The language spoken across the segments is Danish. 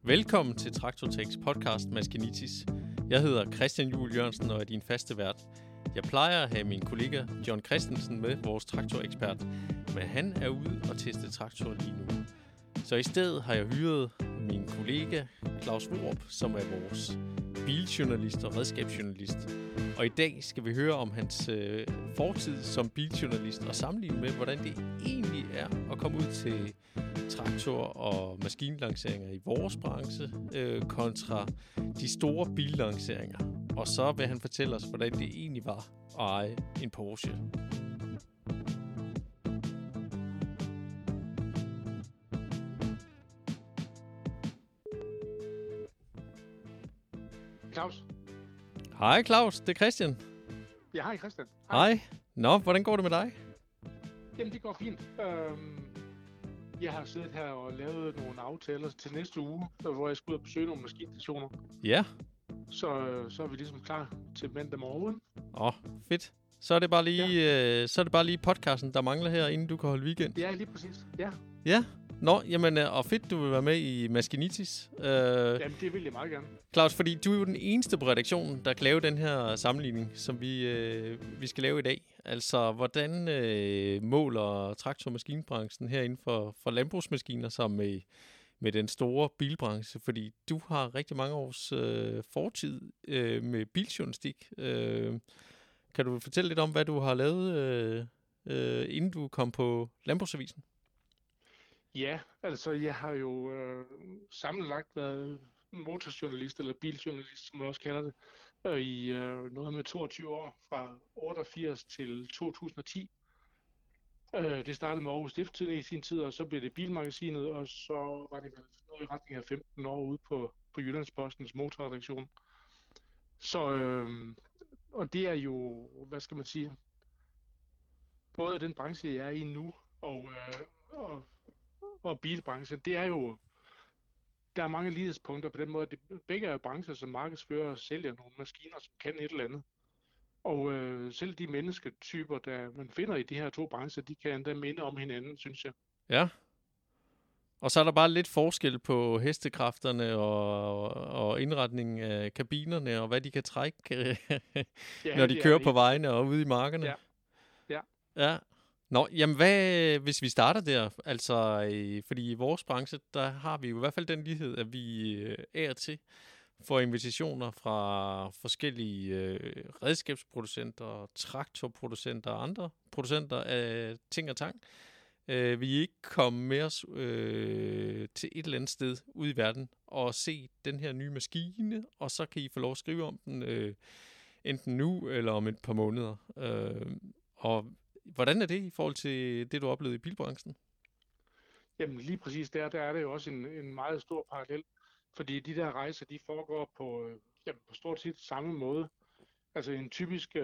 Velkommen til Traktorteks podcast Maskinitis. Jeg hedder Christian Juhl Jørgensen og er din faste vært. Jeg plejer at have min kollega John Christensen med, vores traktorekspert, men han er ude og teste traktor lige nu. Så i stedet har jeg hyret min kollega Claus Vorup, som er vores biljournalist og redskabsjournalist. Og i dag skal vi høre om hans fortid som biljournalist og sammenligne med, hvordan det egentlig er at komme ud til traktor- og maskinlanceringer i vores branche kontra de store billanceringer. Og så vil han fortælle os, hvordan det egentlig var at eje en Porsche. Claus. Hej Claus, det er Christian. Ja, hej Christian. Hej. Nå, hvordan går det med dig? Jamen, det går fint. Jeg har siddet her og lavet nogle aftaler til næste uge, hvor jeg skal ud og besøge nogle maskinstationer. Ja. Så er vi ligesom klar til mandag morgen. Fedt. Så er det bare lige podcasten, der mangler her, inden du kan holde weekend. Ja, lige præcis. Ja. Ja. Nå, jamen, og fedt, du vil være med i Maskinitis. Jamen, det vil jeg meget gerne. Claus, fordi du er jo den eneste på redaktionen, der kan lave den her sammenligning, som vi skal lave i dag. Altså, hvordan måler traktor- og maskinbranchen herinde for landbrugsmaskiner som med den store bilbranche? Fordi du har rigtig mange års fortid med biljournalistik. Kan du fortælle lidt om, hvad du har lavet, inden du kom på Landbrugsavisen? Ja, altså jeg har jo sammenlagt været motorjournalist eller biljournalist, som man også kalder det, i noget med 22 år, fra 88 til 2010. Det startede med Aarhus Stiftstidende i sin tid, og så blev det Bilmagasinet, og så var det noget i retning af 15 år ude på Jyllandspostens motorredaktion. Så, og det er jo, hvad skal man sige, både den branche, jeg er i nu, og bilbranchen, det er jo, der er mange lighedspunkter på den måde, at begge er brancher, som markedsfører og sælger nogle maskiner, som kan et eller andet. Og selv de mennesketyper, der man finder i de her to brancher, de kan endda minde om hinanden, synes jeg. Ja. Og så er der bare lidt forskel på hestekræfterne og indretningen af kabinerne, og hvad de kan trække, når de kører på vejene og ude i markerne. Ja. Nå, jamen hvad, hvis vi starter der, altså, fordi i vores branche, der har vi jo i hvert fald den lighed, at vi af og til får invitationer fra forskellige redskabsproducenter, traktorproducenter og andre producenter af ting og tang. Vi er ikke kommet med os til et eller andet sted ude i verden og se den her nye maskine, og så kan I få lov at skrive om den enten nu eller om et par måneder. Og hvordan er det i forhold til det, du oplevede i bilbranchen? Jamen lige præcis der er det jo også en meget stor parallel, fordi de der rejser, de foregår på stort set samme måde. Altså en typisk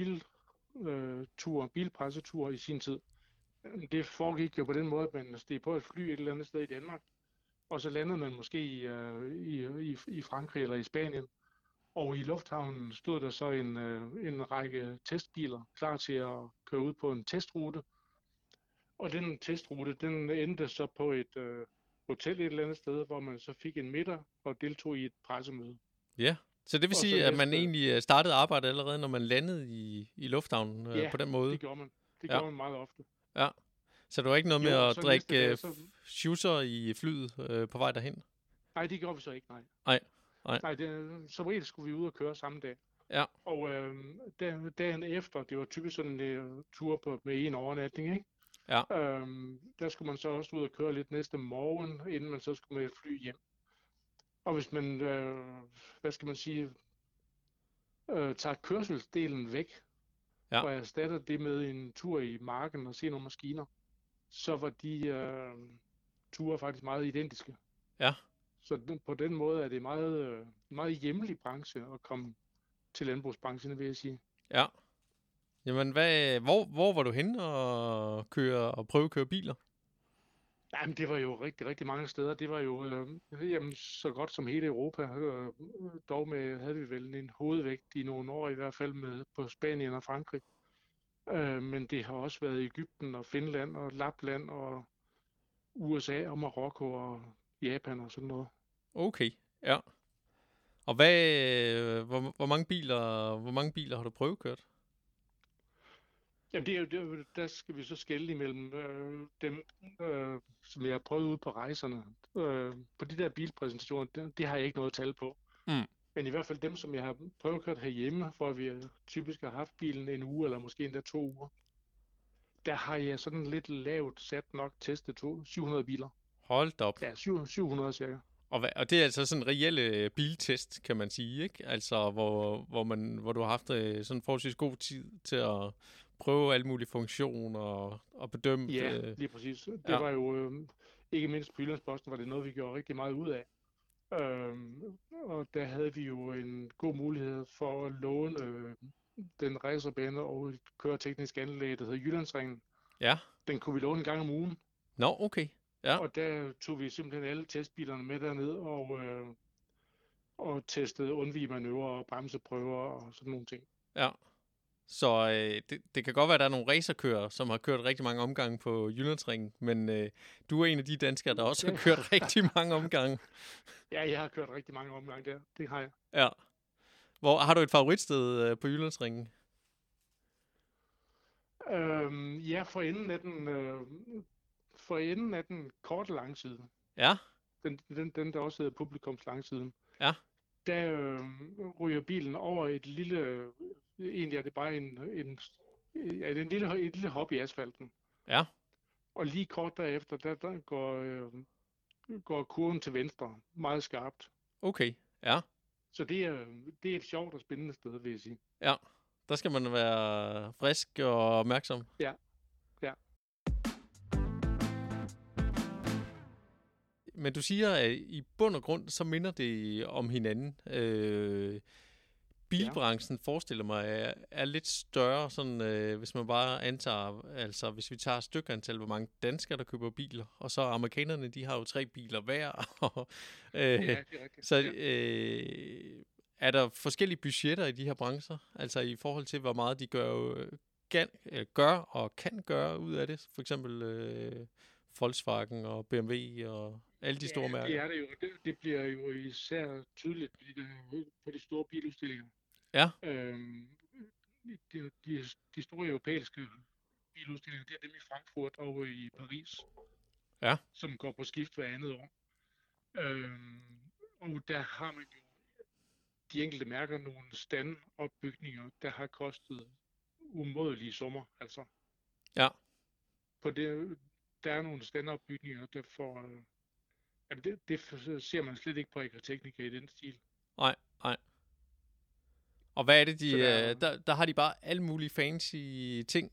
bilpressetur i sin tid. Det foregik jo på den måde, at man steg på et fly et eller andet sted i Danmark, og så landede man måske i Frankrig eller i Spanien. Og i lufthavnen stod der så en række testbiler klar til at køre ud på en testrute. Og den testrute, den endte så på et hotel et eller andet sted, hvor man så fik en middag og deltog i et pressemøde. Ja, så det vil sige, at man egentlig startede arbejde allerede, når man landede i lufthavnen på den måde? Ja, det gjorde man. Det gjorde man meget ofte. Ja, så der var ikke noget med at drikke schusser i flyet på vej derhen? Nej, det gjorde vi så ikke, nej. Nej, som regel skulle vi ud og køre samme dag. Ja. Og dagen efter, det var typisk sådan en tur med en overnatning, ikke? Ja. Der skulle man så også ud og køre lidt næste morgen, inden man så skulle med et fly hjem. Og hvis man, hvad skal man sige, tager kørselsdelen væk, og erstatter det med en tur i marken og se nogle maskiner, så var de ture faktisk meget identiske. Ja. Så på den måde er det meget hjemlig branche at komme til landbrugsbranchen, vil jeg sige. Ja. Jamen, hvor var du henne og prøve at køre biler? Jamen, det var jo rigtig, rigtig mange steder. Det var jo så godt som hele Europa. Dog havde vi vel en hovedvægt i nogle år i hvert fald på Spanien og Frankrig. Men det har også været Egypten og Finland og Lapland og USA og Marokko og Japan og sådan noget. Okay, ja. Og hvor mange biler har du prøvekørt? Jamen, der skal vi så skelne imellem dem, som jeg har prøvet ude på rejserne. På de der bilpræsentationer, det har jeg ikke noget tal på. Mm. Men i hvert fald dem, som jeg har prøvekørt herhjemme, hvor vi typisk har haft bilen en uge, eller måske endda 2 uger, der har jeg sådan lidt lavt sat nok testet 700 biler. Hold da op. Ja, 700 cirka. Og det er altså sådan en reelle biltest, kan man sige, ikke? Altså, hvor du har haft sådan forholdsvis god tid til at prøve alle mulige funktioner og bedømme. Ja, lige præcis. Det var jo, ikke mindst på Jyllandsposten, var det noget, vi gjorde rigtig meget ud af. Og der havde vi jo en god mulighed for at låne den racerbane og et køreteknisk anlæg, der hedder Jyllandsringen. Ja. Den kunne vi låne en gang om ugen. Nå, okay. Ja. Og der tog vi simpelthen alle testbilerne med derned og testede undvigemanøvrer og bremseprøver og sådan nogle ting. Ja. Så det kan godt være, at der er nogle racerkører, som har kørt rigtig mange omgange på Jyllandsringen, men du er en af de danskere, der også har kørt rigtig mange omgange. Ja, jeg har kørt rigtig mange omgange der. Det har jeg. Ja. Har du et favoritsted på Jyllandsringen? Ja, for enden af den korte langside. Ja. Den der også hedder publikums langsiden. Ja. Der ryger bilen over et lille, egentlig er det bare et lille hop i asfalten. Ja. Og lige kort derefter, der går kurven til venstre, meget skarpt. Okay, ja. Så det er et sjovt og spændende sted, vil jeg sige. Ja, der skal man være frisk og opmærksom. Ja. Men du siger, at i bund og grund, så minder det om hinanden. Bilbranchen, forestiller mig, er lidt større, sådan, hvis man bare antager, altså hvis vi tager stykantal, hvor mange danskere, der køber biler, og så amerikanerne, de har jo 3 biler hver. Ja, det er rigtigt. Så er der forskellige budgetter i de her brancher, altså i forhold til, hvor meget de gør og kan gøre ud af det, for eksempel Volkswagen og BMW og alle de store mærker. Det er det jo. Det bliver jo især tydeligt på de store biludstillinger. Ja. De store europæiske biludstillinger, det er dem i Frankfurt og i Paris. Ja. Som går på skift hver andet år. Og der har man jo de enkelte mærker nogle standopbygninger, der har kostet umådelige summer, altså. Ja. På det, der er nogle standopbygninger, der får... det ser man slet ikke på Agritechnica i den stil. Nej. Og hvad er det, der har de bare alle mulige fancy ting,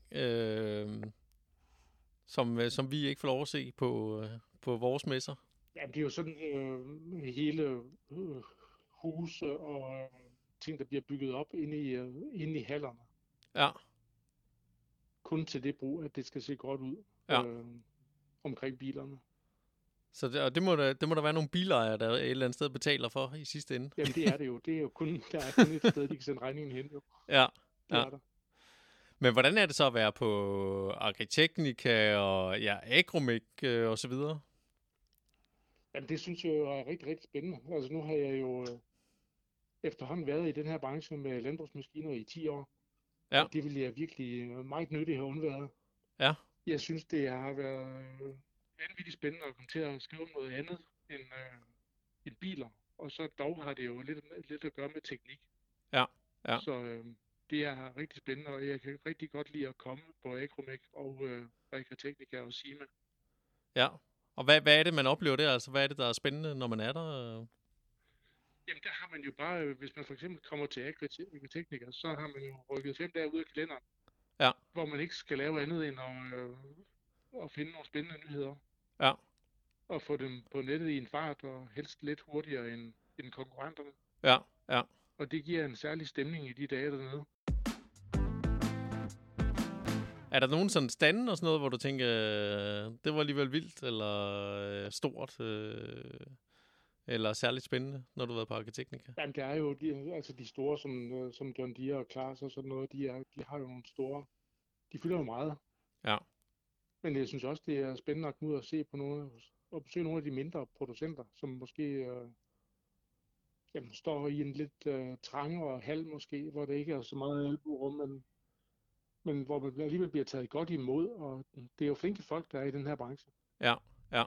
som vi ikke får lov at se på vores messer? Ja, det er jo sådan hele huse og ting, der bliver bygget op inde i hallerne. Ja. Kun til det brug, at det skal se godt ud omkring bilerne. Så det må der være nogle bilejere, der et eller andet sted betaler for i sidste ende. Jamen det er det jo. Der er kun et sted, de kan sende regningen hen. Jo. Ja. Det er der. Men hvordan er det så at være på Agritechnica og Agromec og så videre? Jamen det synes jeg jo er rigtig, rigtig spændende. Altså nu har jeg jo efterhånden været i den her branche med landbrugsmaskiner i 10 år. Ja. Og det vil jeg virkelig meget nyttigt have undværet. Ja. Jeg synes, det har været vanvittigt spændende at komme til at skrive noget andet end biler. Og så dog har det jo lidt at gøre med teknik. Ja. Så det er rigtig spændende, og jeg kan rigtig godt lide at komme på Agromec og Agritechnica og Sima. Ja, og hvad er det, man oplever der? Altså, hvad er det, der er spændende, når man er der? Jamen, der har man jo bare, hvis man for eksempel kommer til Agritechnica, så har man jo rykket 5 dage ud af kalenderen. Ja. Hvor man ikke skal lave andet end at finde nogle spændende nyheder. Ja. Og få dem på nettet i en fart, og helst lidt hurtigere end konkurrenterne. Ja. Og det giver en særlig stemning i de dage dernede. Er der nogen sådan stande og sådan noget, hvor du tænker, det var alligevel vildt, eller stort, eller særligt spændende, når du har været på Agritechnica? Jamen, der er jo de store, som John Deere og Claas og sådan noget, de har jo nogle store, de fylder jo meget. Ja. Men jeg synes også, det er spændende at komme ud og se på og besøge nogle af de mindre producenter, som måske står i en lidt trangere hal måske, hvor det ikke er så meget albuerum, men hvor man alligevel bliver taget godt imod, og det er jo flinke folk, der er i den her branche. Ja, ja.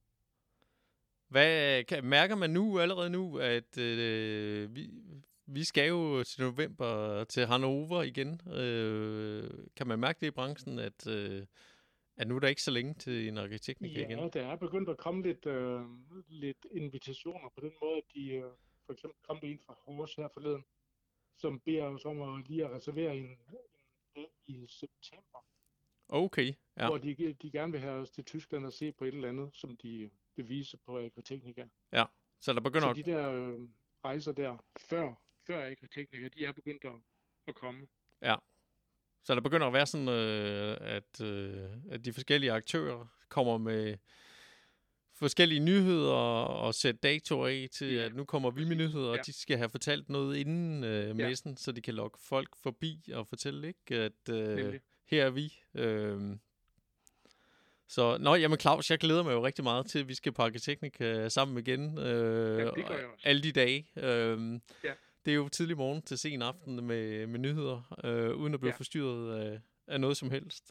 Mærker man allerede nu, at vi skal jo til november til Hannover igen? Kan man mærke det i branchen, at nu er der ikke så længe til en Arkiteknika igen? Ja, der er begyndt at komme lidt invitationer på den måde, at de for eksempel kom det ind fra Hors her forleden, som beder os om at lige at reservere en i september. Okay, ja. Hvor de gerne vil have os til Tyskland og se på et eller andet, som de vil vise på Arkiteknika. Ja, så der begynder... Så de der rejser der før Arkiteknika, de er begyndt at komme. Ja, så der begynder at være sådan, at de forskellige aktører kommer med forskellige nyheder og sætte datoer af til, at nu kommer vi med nyheder, og de skal have fortalt noget inden messen, så de kan lokke folk forbi og fortælle, ikke, at her er vi. Så, jamen Claus, jeg glæder mig jo rigtig meget til, at vi skal på Arkiteknika sammen igen. Det gør jeg også. Alle de dage. Det er jo tidlig morgen til sen aften med nyheder, uden at blive forstyrret af noget som helst.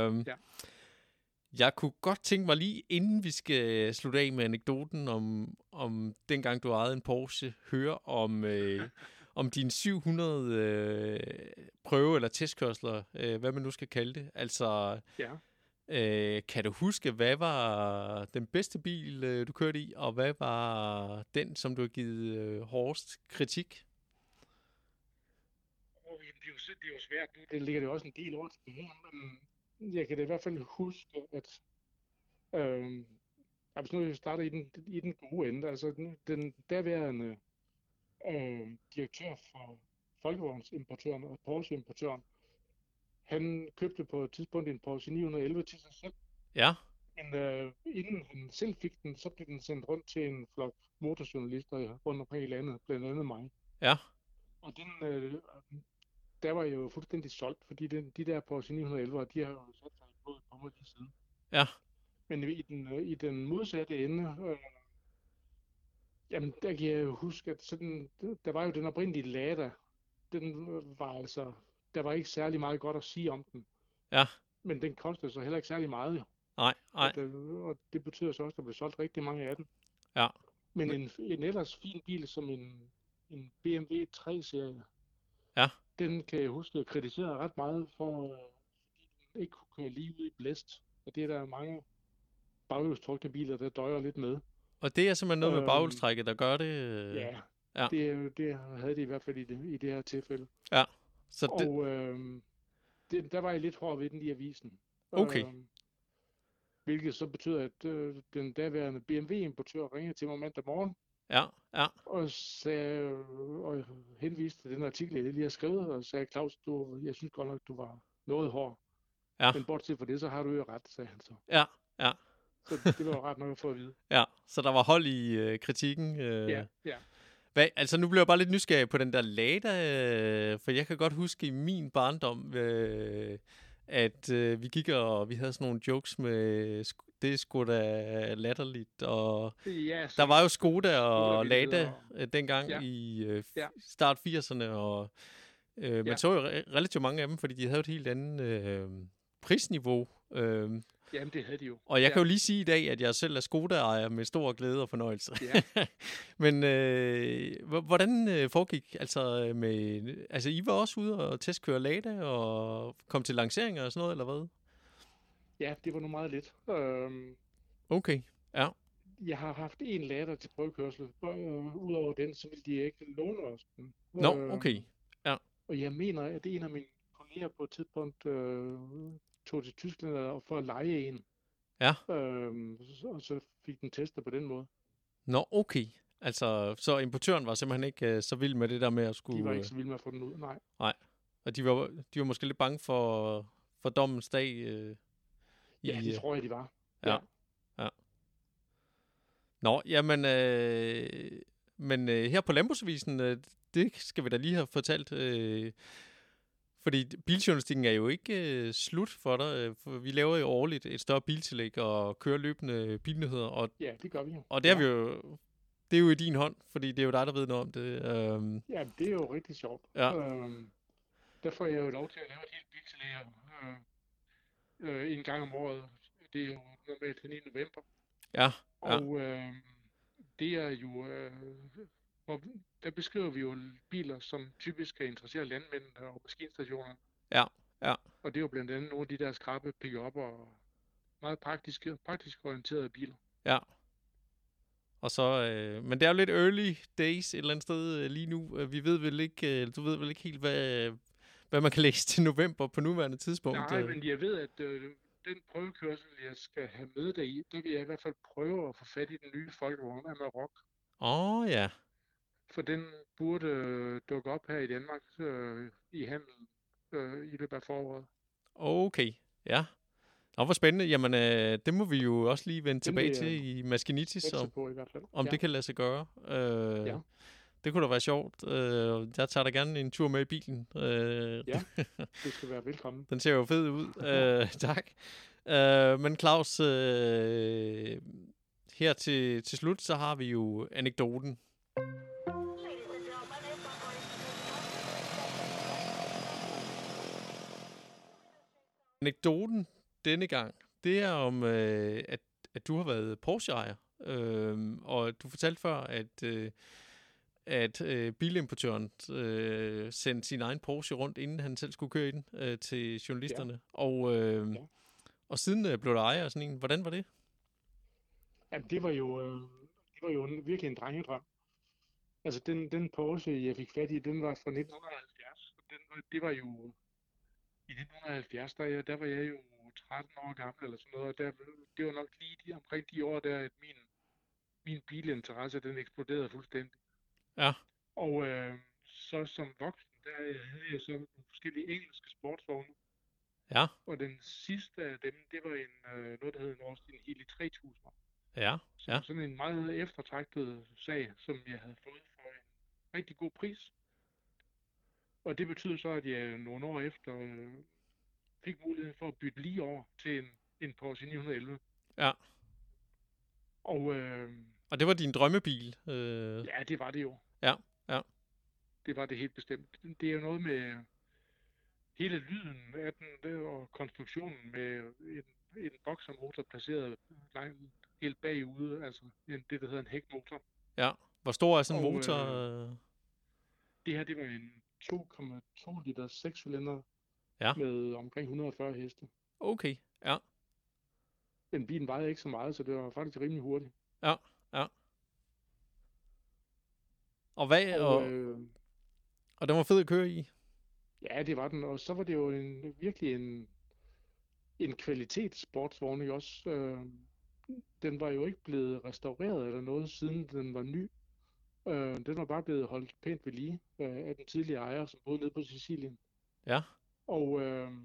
Jeg kunne godt tænke mig lige, inden vi skal slutte af med anekdoten om dengang du ejede en Porsche, høre om dine 700 prøve- eller testkørsler, hvad man nu skal kalde det. Altså, kan du huske, hvad var den bedste bil, du kørte i, og hvad var den, som du har givet hårdest kritik? Det er jo svært. Det ligger det også en del år tilbage, men jeg kan da i hvert fald huske, at hvis nu vi starter i den gode ende, altså den derværende direktør for folkevognsimportøren og Porsche-importøren, han købte på et tidspunkt en Porsche 911 til sig selv. Ja. Men inden han selv fik den, så blev den sendt rundt til en flok motorjournalister rundt omkring i landet, blandt andet mig. Ja. Og den, der var jeg jo fuldstændig solgt, fordi de der Porsche 911, de har jo sat sig i blodet på mig lige siden. Ja. Men i den modsatte ende, jamen der kan jeg jo huske, at sådan, der var jo den oprindelige Lada, den var altså, der var ikke særlig meget godt at sige om den. Ja. Men den kostede så heller ikke særlig meget jo. Nej. Og det betyder så også, at der blev solgt rigtig mange af dem. Ja. Men en ellers fin bil som en BMW 3-serie, den kan jeg huske, at kritisere ret meget for, at den ikke kunne køre lige ud i blæst. Og det er der mange baghjulstrukne biler, der døjer lidt med. Og det er simpelthen noget med baghjulstrækket, der gør det? Ja. Det havde de i hvert fald i det her tilfælde. Ja. Så og der var jeg lidt hård ved den i avisen. Okay. Hvilket så betyder, at den daværende BMW-importør ringede til mig mandag morgen. Ja. Og henviste til den artikel, jeg lige har skrevet, og sagde, Claus, jeg synes godt nok, du var noget hård. Ja. Men bortset fra det, så har du jo ret, sagde han så. Ja. Så det var jo ret nok at få at vide. Ja, så der var hold i kritikken. Ja. Altså, nu bliver jeg bare lidt nysgerrig på den der Lada, for jeg kan godt huske i min barndom, at vi gik og vi havde sådan nogle jokes med, det er sgu da latterligt, og der var jo Skoda og Lada dengang i start 80'erne, og man så jo relativt mange af dem, fordi de havde et helt andet prisniveau. Jamen, det havde de jo. Og jeg kan jo lige sige i dag, at jeg selv er Skoda-ejer med stor glæde og fornøjelse. Ja. Men hvordan foregik? Altså, I var også ude og testkøre Lada og kom til lanceringer og sådan noget, eller hvad? Ja, det var nu meget lidt. Okay, ja. Jeg har haft en Lada til prøvekørsel. Udover den, så ville de ikke låne os den. Okay, ja. Og jeg mener, at en af mine kolleger på et tidspunkt tog til Tyskland for at leje en. Ja. Og så fik den testet på den måde. Okay. Altså, så importøren var simpelthen ikke så vild med det der med at skulle... De var ikke så vilde med at få den ud, nej. Nej. Og de var måske lidt bange for dommens dag. Ja, det tror jeg, de var. Ja. Nå, jamen... Men her på Landbrugsavisen, det skal vi da lige have fortalt... Fordi biljournalistikken er jo ikke slut for dig. For vi laver jo årligt et større biltillæg og kører løbende bilnyheder. Og, ja, det gør vi jo. Og det har vi jo... det er jo i din hånd, fordi det er jo dig, der ved noget om det. Ja, det er jo rigtig sjovt. Ja. Der får jeg jo lov til at lave et helt biltillæg en gang om året. Det er jo normalt hen i november. Ja. Og det er jo... der beskriver vi jo biler, som typisk kan interessere landmændene og maskinstationerne. Ja. Og det er jo blandt andet nogle af de der skrappe pick-up og meget praktisk orienterede biler. Ja. Og så, men det er jo lidt early days et eller andet sted lige nu. Vi ved vel ikke, du ved vel ikke helt, hvad man kan læse til november på nuværende tidspunkt. Nej, men jeg ved, at den prøvekørsel, jeg skal have med dig i, det vil jeg i hvert fald prøve at få fat i den nye folkevogn af Maroc. Ja. For den burde dukke op her i Danmark i handel i løbet af foråret. Okay, ja. Nå, hvor spændende. Jamen, det må vi jo også lige vende tilbage til i Maskinitis, om det kan lade sig gøre. Ja. Det kunne da være sjovt. Jeg tager da gerne en tur med i bilen. Ja, det skal være velkommen. Den ser jo fed ud. Tak. Men Claus, her til slut, så har vi jo anekdoten. Anekdoten denne gang, det er om, at du har været Porsche-ejer. Og du fortalte før, at bilimportøren sendte sin egen Porsche rundt, inden han selv skulle køre i den til journalisterne. Ja. Og siden blev der ejer og sådan en. Hvordan var det? Jamen, det var jo virkelig en drengedrøm. Altså, den Porsche, jeg fik fat i, den var fra 1970. Det var jo... I 1970, der var jeg jo 13 år gammel eller sådan noget, og det var nok lige omkring de år der, at min bilinteresse, den eksploderede fuldstændig. Ja. Og så som voksen, der havde jeg så nogle forskellige engelske sportsvogne. Ja. Og den sidste af dem, det var noget, der hed en Austin Healey 3000. Ja. Sådan en meget eftertragtet sag, som jeg havde fået for en rigtig god pris. Og det betyder så, at jeg nogle år efter fik muligheden for at bytte lige over til en Porsche 911. Ja. Og det var din drømmebil? Ja, det var det jo. Ja. Det var det helt bestemt. Det er jo noget med hele lyden af den og konstruktionen med en boksermotor placeret helt bagude, altså det, der hedder en hækmotor. Ja. Hvor stor er sådan en motor? Det her, det var en 2,2 liter 6-cylinder med omkring 140 heste. Okay, ja. Men bilen vejede ikke så meget, så det var faktisk rimelig hurtigt. Ja. Og den var fed at køre i? Ja, det var den. Og så var det jo virkelig en kvalitetssportsvogn, ikke også? Den var jo ikke blevet restaureret eller noget, siden den var ny. Den var bare blevet holdt pænt ved lige af den tidligere ejer, som boede nede på Sicilien. Ja. Og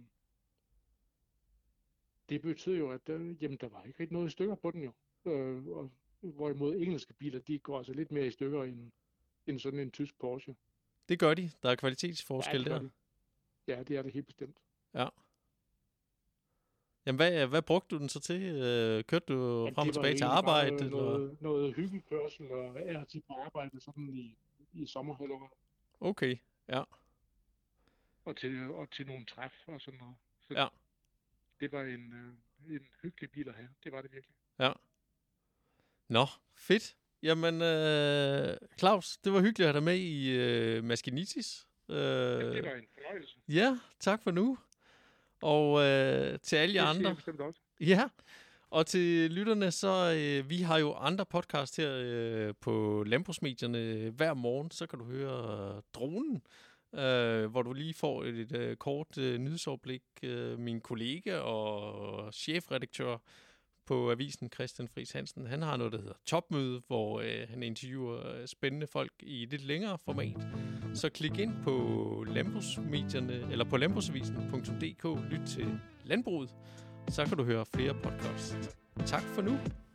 det betød jo, at der var ikke rigtig noget i stykker på den jo. Hvorimod engelske biler, de går altså lidt mere i stykker end sådan en tysk Porsche. Det gør de. Der er kvalitetsforskel der. Ja, det er det helt bestemt. Ja. Jamen, hvad brugte du den så til? Kørte du frem og tilbage til arbejde? Noget hyggekørsel og til på arbejde sådan i sommerhalvåret. Okay, ja. Og til nogle træf og sådan noget. Så ja. Det var en hyggelig bil at have. Det var det virkelig. Ja. Nå, fedt. Jamen, Claus, det var hyggeligt at have dig med i Maskinitis. Jamen, det var en fornøjelse. Ja, tak for nu. Og til alle jer andre. Ja, og til lytterne, så vi har jo andre podcast her på Landbrugsmedierne hver morgen. Så kan du høre Dronen, hvor du lige får et kort nyhedsoverblik. Min kollega og chefredaktør på avisen, Christian Friis Hansen, han har noget, der hedder Topmøde, hvor han interviewer spændende folk i et lidt længere format. Så klik ind på Landbrugsmedierne, eller på landbrugsavisen.dk, lyt til Landbruget, så kan du høre flere podcasts. Tak for nu.